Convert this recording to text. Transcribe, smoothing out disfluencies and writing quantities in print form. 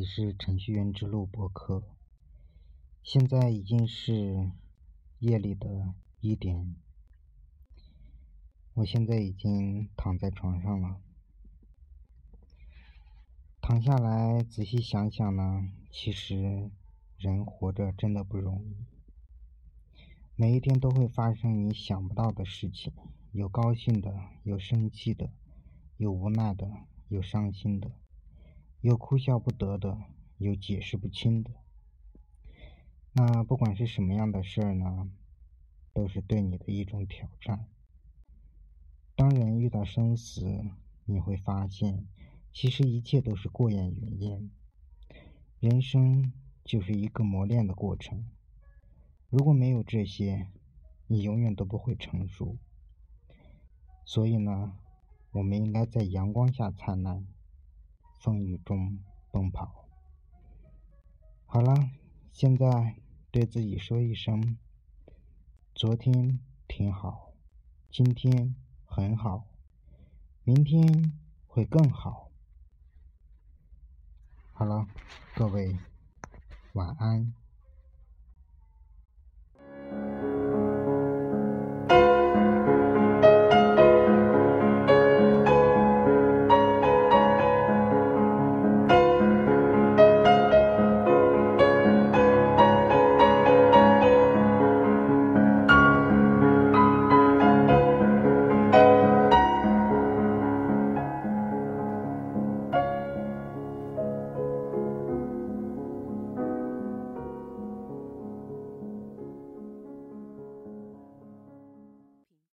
是程序员之路播客。现在已经是夜里的1点，我现在已经躺在床上了。躺下来仔细想想呢，其实人活着真的不容易。每一天都会发生你想不到的事情，有高兴的，有生气的，有无奈的，有伤心的，有哭笑不得的，有解释不清的。那不管是什么样的事儿呢，都是对你的一种挑战。当人遇到生死，你会发现其实一切都是过眼云烟。人生就是一个磨练的过程，如果没有这些，你永远都不会成熟。所以呢，我们应该在阳光下灿烂，风雨中奔跑。好了，现在对自己说一声，昨天挺好，今天很好，明天会更好。好了，各位晚安。